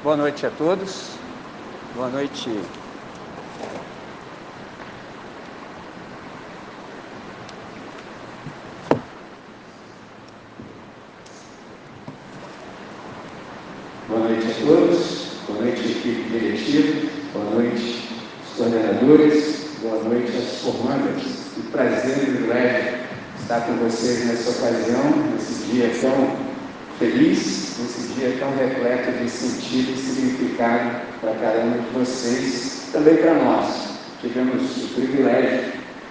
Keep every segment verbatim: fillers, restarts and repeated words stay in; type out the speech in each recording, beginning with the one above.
Boa noite a todos. Boa noite. Boa noite a todos. Boa noite, equipe diretiva. Boa noite, os coordenadores. Boa noite às formandas. Que prazer e privilégio estar com vocês nessa ocasião, nesse dia tão feliz, nesse dia tão repleto de sentido e significado para cada um de vocês, também para nós. Tivemos o privilégio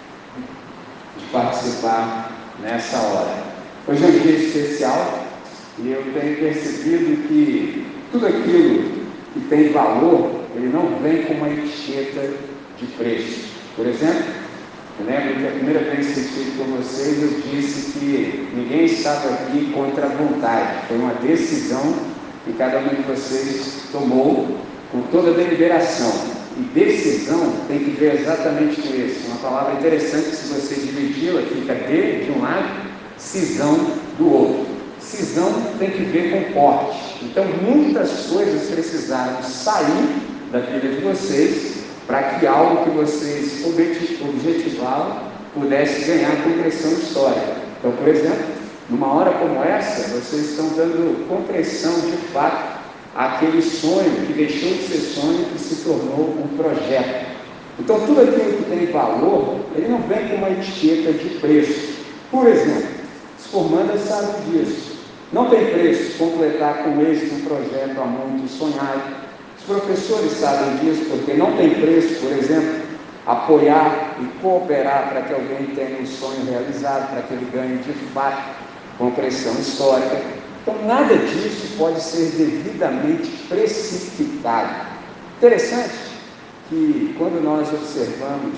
de participar nessa hora. Hoje é um dia especial e eu tenho percebido que tudo aquilo que tem valor, ele não vem com uma etiqueta de preço. Por exemplo, eu lembro que a primeira vez que estive com vocês, eu disse que ninguém estava aqui contra a vontade. Foi uma decisão que cada um de vocês tomou com toda a deliberação. E decisão tem que ver exatamente com isso. Uma palavra interessante que, se você dividir, ela fica de de um lado, cisão do outro. Cisão tem que ver com porte. Então, muitas coisas precisaram sair da vida de vocês para que algo que vocês objetivavam pudesse ganhar progressão histórica. Então, por exemplo, numa hora como essa, vocês estão dando concreção de fato àquele sonho que deixou de ser sonho e se tornou um projeto. Então, tudo aquilo que tem valor, ele não vem com uma etiqueta de preço. Por exemplo, as formandas sabem disso. Não tem preço completar com êxito um projeto há muito sonhado. Os professores sabem disso, porque não tem preço, por exemplo, apoiar e cooperar para que alguém tenha um sonho realizado, para que ele ganhe de fato compreensão histórica. Então, nada disso pode ser devidamente precificado. Interessante que, quando nós observamos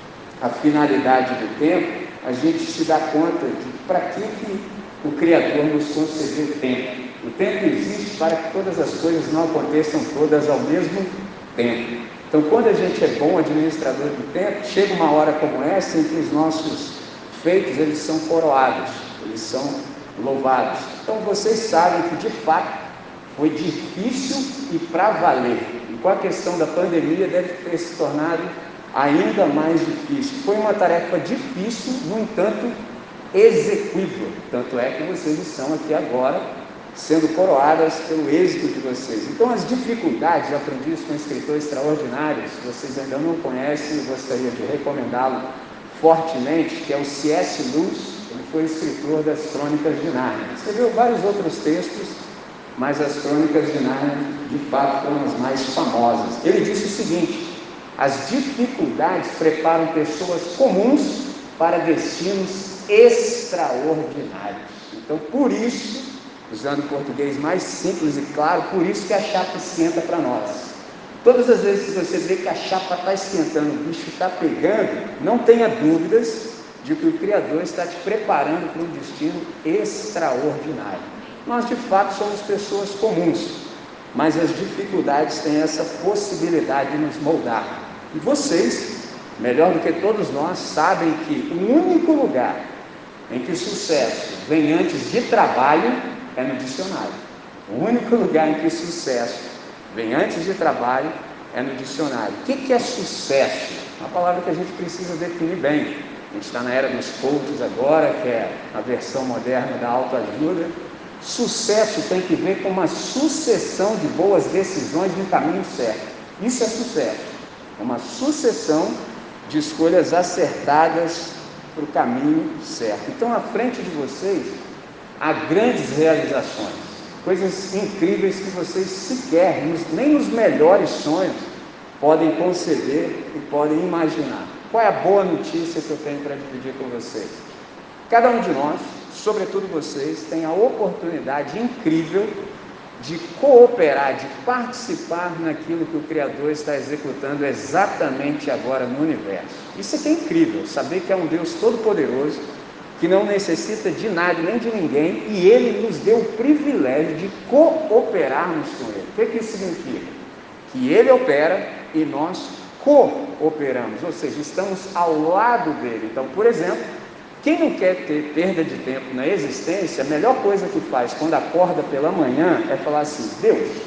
a finalidade do tempo, a gente se dá conta de para que, que o Criador nos concedeu o tempo. O tempo existe para que todas as coisas não aconteçam todas ao mesmo tempo. Então, quando a gente é bom administrador do tempo, chega uma hora como essa em que os nossos feitos, eles são coroados, eles são louvados. Então, vocês sabem que, de fato, foi difícil e para valer. E com a questão da pandemia, deve ter se tornado ainda mais difícil. Foi uma tarefa difícil, no entanto, execuível. Tanto é que vocês estão aqui agora, sendo coroadas pelo êxito de vocês. Então, as dificuldades, eu aprendi isso com um escritor extraordinário, se vocês ainda não conhecem, eu gostaria de recomendá-lo fortemente, que é o C S Lewis. Ele foi escritor das Crônicas de Nárnia. Escreveu vários outros textos, mas as Crônicas de Nárnia, de fato, foram as mais famosas. Ele disse o seguinte: as dificuldades preparam pessoas comuns para destinos extraordinários. Então, por isso, usando o português mais simples e claro, por isso que a chapa esquenta para nós. Todas as vezes que você vê que a chapa está esquentando, o bicho está pegando, não tenha dúvidas de que o Criador está te preparando para um destino extraordinário. Nós, de fato, somos pessoas comuns, mas as dificuldades têm essa possibilidade de nos moldar. E vocês, melhor do que todos nós, sabem que o único lugar em que o sucesso vem antes de trabalho é no dicionário. O único lugar em que o sucesso vem antes de trabalho é no dicionário. O que é sucesso? Uma palavra que a gente precisa definir bem. A gente está na era dos coaches agora, que é a versão moderna da autoajuda. Sucesso tem que ver com uma sucessão de boas decisões no caminho certo. Isso é sucesso. É uma sucessão de escolhas acertadas para o caminho certo. Então, à frente de vocês, há grandes realizações, coisas incríveis que vocês sequer, nem nos melhores sonhos, podem conceber e podem imaginar. Qual é a boa notícia que eu tenho para dividir com vocês? Cada um de nós, sobretudo vocês, tem a oportunidade incrível de cooperar, de participar naquilo que o Criador está executando exatamente agora no universo. Isso aqui é incrível, saber que é um Deus todo-poderoso, que não necessita de nada nem de ninguém, e Ele nos deu o privilégio de cooperarmos com Ele. O que, que isso significa? Que Ele opera e nós cooperamos, ou seja, estamos ao lado dele. Então, por exemplo, quem não quer ter perda de tempo na existência, a melhor coisa que faz quando acorda pela manhã é falar assim: Deus,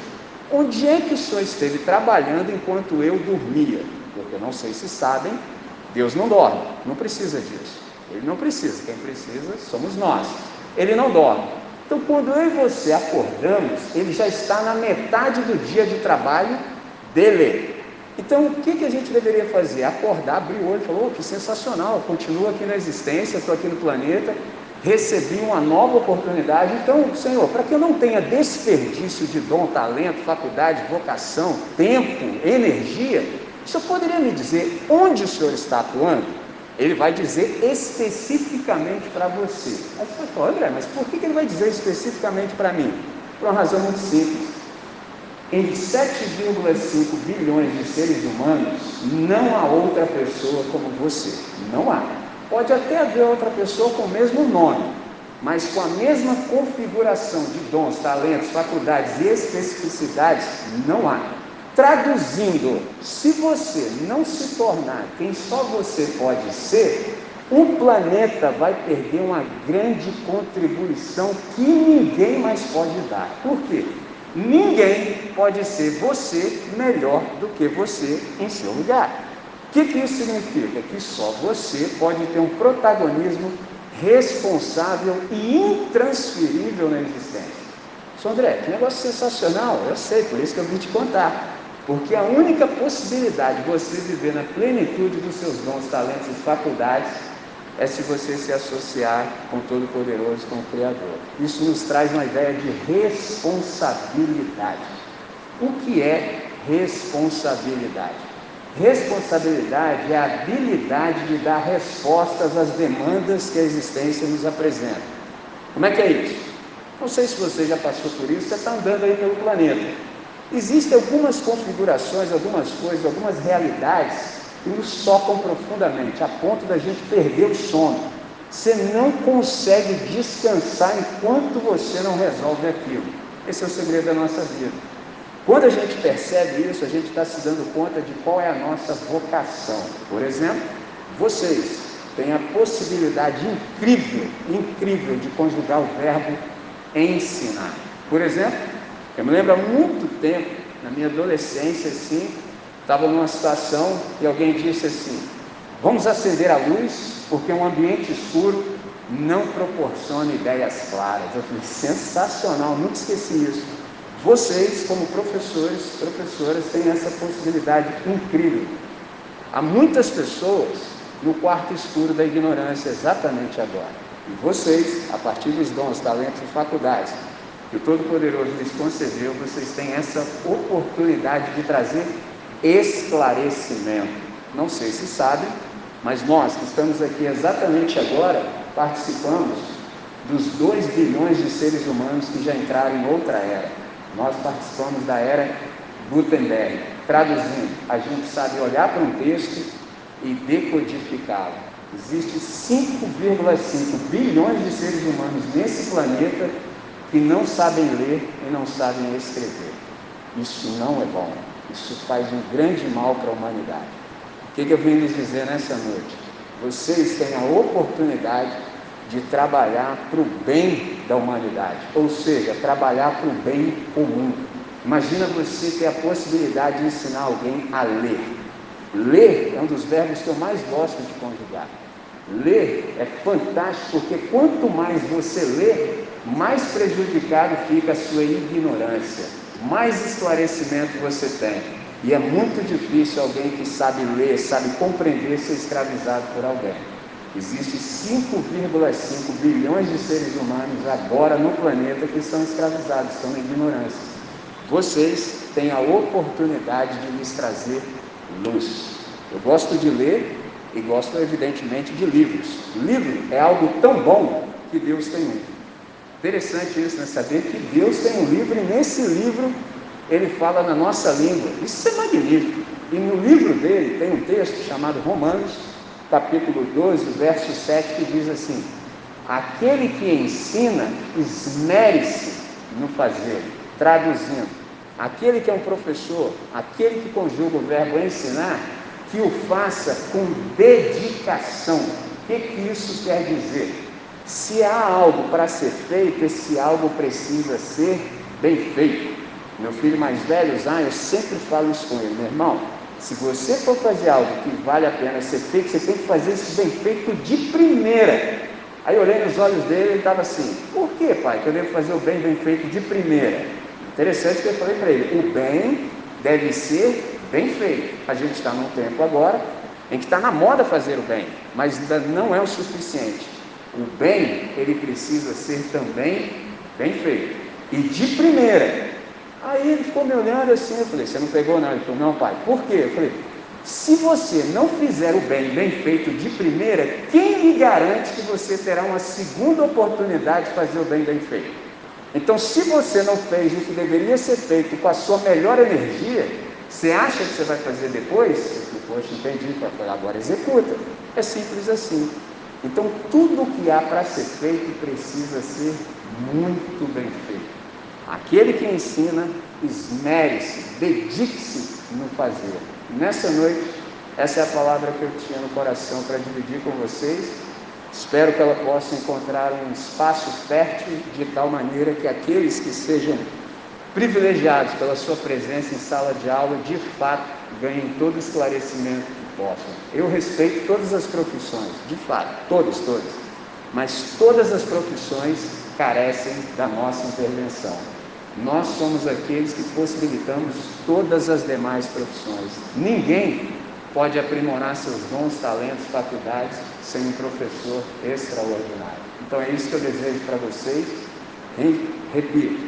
Onde é que o Senhor esteve trabalhando enquanto eu dormia? Porque eu não sei se sabem, Deus não dorme, não precisa disso. Ele não precisa, quem precisa somos nós. Ele não dorme. Então, quando eu e você acordamos, ele já está na metade do dia de trabalho dele. Então, o que, que a gente deveria fazer? Acordar, abrir o olho e falar: oh, que sensacional, continuo aqui na existência, estou aqui no planeta, recebi uma nova oportunidade. Então, Senhor, para que eu não tenha desperdício de dom, talento, faculdade, vocação, tempo, energia, o Senhor poderia me dizer onde o Senhor está atuando? Ele vai dizer especificamente para você. Aí você fala: André, mas por que ele vai dizer especificamente para mim? Por uma razão muito simples. Em sete vírgula cinco bilhões de seres humanos, não há outra pessoa como você. Não há. Pode até haver outra pessoa com o mesmo nome, mas com a mesma configuração de dons, talentos, faculdades e especificidades, não há. Traduzindo, se você não se tornar quem só você pode ser, o planeta vai perder uma grande contribuição que ninguém mais pode dar. Por quê? Ninguém pode ser você melhor do que você em seu lugar. O que, que isso significa? Que só você pode ter um protagonismo responsável e intransferível na existência. Sr. André, que negócio sensacional, eu sei, por isso que eu vim te contar. Porque a única possibilidade de você viver na plenitude dos seus dons, talentos e faculdades é se você se associar com o Todo-Poderoso, com o Criador. Isso nos traz uma ideia de responsabilidade. O que é responsabilidade? Responsabilidade é a habilidade de dar respostas às demandas que a existência nos apresenta. Como é que é isso? Não sei se você já passou por isso, você está andando aí pelo planeta. Existem algumas configurações, algumas coisas, algumas realidades que nos tocam profundamente, a ponto da gente perder o sono. Você não consegue descansar enquanto você não resolve aquilo. Esse é o segredo da nossa vida. Quando a gente percebe isso, a gente está se dando conta de qual é a nossa vocação. Por exemplo, vocês têm a possibilidade incrível, incrível de conjugar o verbo ensinar. Por exemplo, eu me lembro há muito tempo, na minha adolescência, assim, estava numa situação e alguém disse assim: vamos acender a luz, porque um ambiente escuro não proporciona ideias claras. Eu falei: sensacional, nunca esqueci isso. Vocês, como professores, professoras, têm essa possibilidade incrível. Há muitas pessoas no quarto escuro da ignorância exatamente agora. E vocês, a partir dos dons, talentos e faculdades que o Todo-Poderoso lhes concedeu, vocês têm essa oportunidade de trazer esclarecimento. Não sei se sabem, mas nós que estamos aqui exatamente agora, participamos dos dois bilhões de seres humanos que já entraram em outra era. Nós participamos da era Gutenberg. Traduzindo, a gente sabe olhar para um texto e decodificá-lo. Existem cinco vírgula cinco bilhões de seres humanos nesse planeta que não sabem ler e não sabem escrever. Isso não é bom. Isso faz um grande mal para a humanidade. O que, que eu vim lhes dizer nessa noite? Vocês têm a oportunidade de trabalhar para o bem da humanidade, ou seja, trabalhar para o bem comum. Imagina você ter a possibilidade de ensinar alguém a ler. Ler é um dos verbos que eu mais gosto de conjugar. Ler é fantástico, porque quanto mais você lê, mais prejudicado fica a sua ignorância, mais esclarecimento você tem. E é muito difícil alguém que sabe ler, sabe compreender, ser escravizado por alguém. Existem cinco vírgula cinco bilhões de seres humanos agora no planeta que estão escravizados, estão na ignorância. Vocês têm a oportunidade de lhes trazer luz. Eu gosto de ler e gosto, evidentemente, de livros. Livro é algo tão bom que Deus tem um. Interessante isso, né? Saber que Deus tem um livro e nesse livro ele fala na nossa língua. Isso é magnífico. E no livro dele tem um texto chamado Romanos, capítulo doze, verso sete, que diz assim: aquele que ensina, esmere-se no fazer. Traduzindo, aquele que é um professor, aquele que conjuga o verbo ensinar, que o faça com dedicação. O que, que isso quer dizer? Se há algo para ser feito, esse algo precisa ser bem feito. Meu filho mais velho, Zay, eu sempre falo isso com ele: meu irmão, se você for fazer algo que vale a pena ser feito, você tem que fazer isso bem feito de primeira. Aí eu olhei nos olhos dele e ele estava assim: por que, pai, que eu devo fazer o bem bem feito de primeira? Interessante que eu falei para ele: o bem deve ser bem feito. A gente está num tempo agora em que está na moda fazer o bem, mas ainda não é o suficiente. O bem, ele precisa ser também bem feito e de primeira. Aí ele ficou me olhando assim, eu falei: você não pegou não? Ele falou: não, pai. Por quê? Eu falei: se você não fizer o bem bem feito de primeira, quem lhe garante que você terá uma segunda oportunidade de fazer o bem bem feito? Então, se você não fez o que deveria ser feito com a sua melhor energia, você acha que você vai fazer depois? Eu falei: poxa, entendi. Eu falei: agora executa. É simples assim. Então, tudo que há para ser feito precisa ser muito bem feito. Aquele que ensina, esmere-se, dedique-se no fazer. Nessa noite, essa é a palavra que eu tinha no coração para dividir com vocês. Espero que ela possa encontrar um espaço fértil de tal maneira que aqueles que sejam privilegiados pela sua presença em sala de aula, de fato, ganhem todo o esclarecimento que possam. Eu respeito todas as profissões, de fato, todas, todas. Mas todas as profissões carecem da nossa intervenção. Nós somos aqueles que possibilitamos todas as demais profissões. Ninguém pode aprimorar seus dons, talentos, faculdades sem um professor extraordinário. Então é isso que eu desejo para vocês. E repito: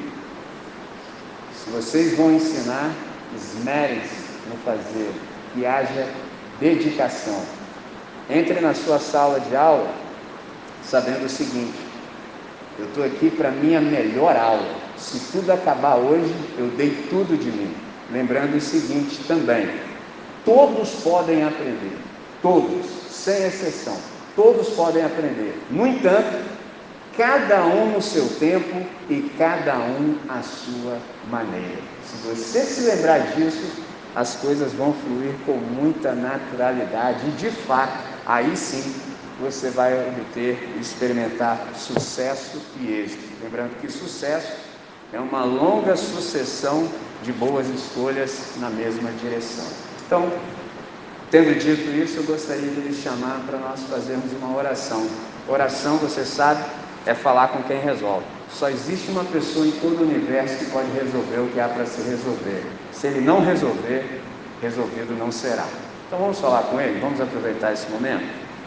se vocês vão ensinar, esmerem-se no fazer, que haja dedicação. Entre na sua sala de aula sabendo o seguinte: eu estou aqui para a minha melhor aula. Se tudo acabar hoje, eu dei tudo de mim. Lembrando o seguinte também: todos podem aprender, todos, sem exceção, todos podem aprender. No entanto, cada um no seu tempo e cada um à sua maneira. Se você se lembrar disso, as coisas vão fluir com muita naturalidade e, de fato, aí sim você vai obter e experimentar sucesso e êxito. Lembrando que sucesso é uma longa sucessão de boas escolhas na mesma direção. Então, tendo dito isso, eu gostaria de lhe chamar para nós fazermos uma oração. Oração, você sabe, é falar com quem resolve. Só existe uma pessoa em todo o universo que pode resolver o que há para se resolver. Se ele não resolver, resolvido não será. Então vamos falar com ele, vamos aproveitar esse momento.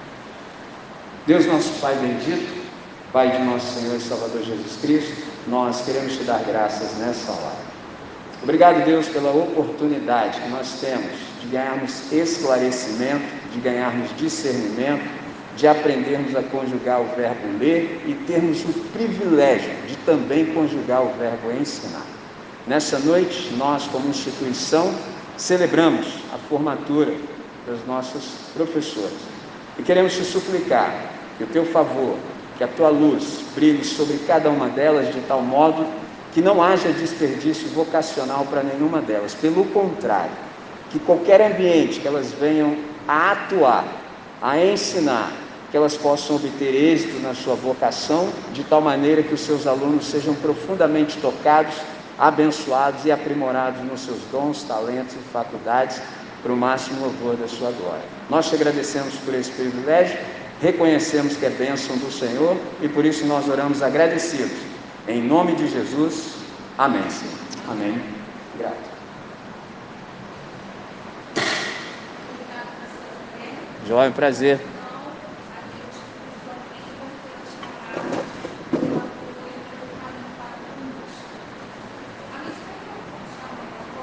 Deus nosso Pai bendito, Pai de nosso Senhor e Salvador Jesus Cristo, nós queremos te dar graças nessa hora. Obrigado, Deus, pela oportunidade que nós temos de ganharmos esclarecimento, de ganharmos discernimento, de aprendermos a conjugar o verbo ler e termos o privilégio de também conjugar o verbo ensinar. Nessa noite, nós, como instituição, celebramos a formatura dos nossos professores e queremos te suplicar que o teu favor, que a tua luz brilhe sobre cada uma delas de tal modo que não haja desperdício vocacional para nenhuma delas. Pelo contrário, que qualquer ambiente que elas venham a atuar, a ensinar, que elas possam obter êxito na sua vocação, de tal maneira que os seus alunos sejam profundamente tocados, abençoados e aprimorados nos seus dons, talentos e faculdades, para o máximo louvor da sua glória. Nós te agradecemos por esse privilégio, reconhecemos que é bênção do Senhor e por isso nós oramos agradecidos. Em nome de Jesus, amém, Senhor. Amém. Grato. Joia, prazer.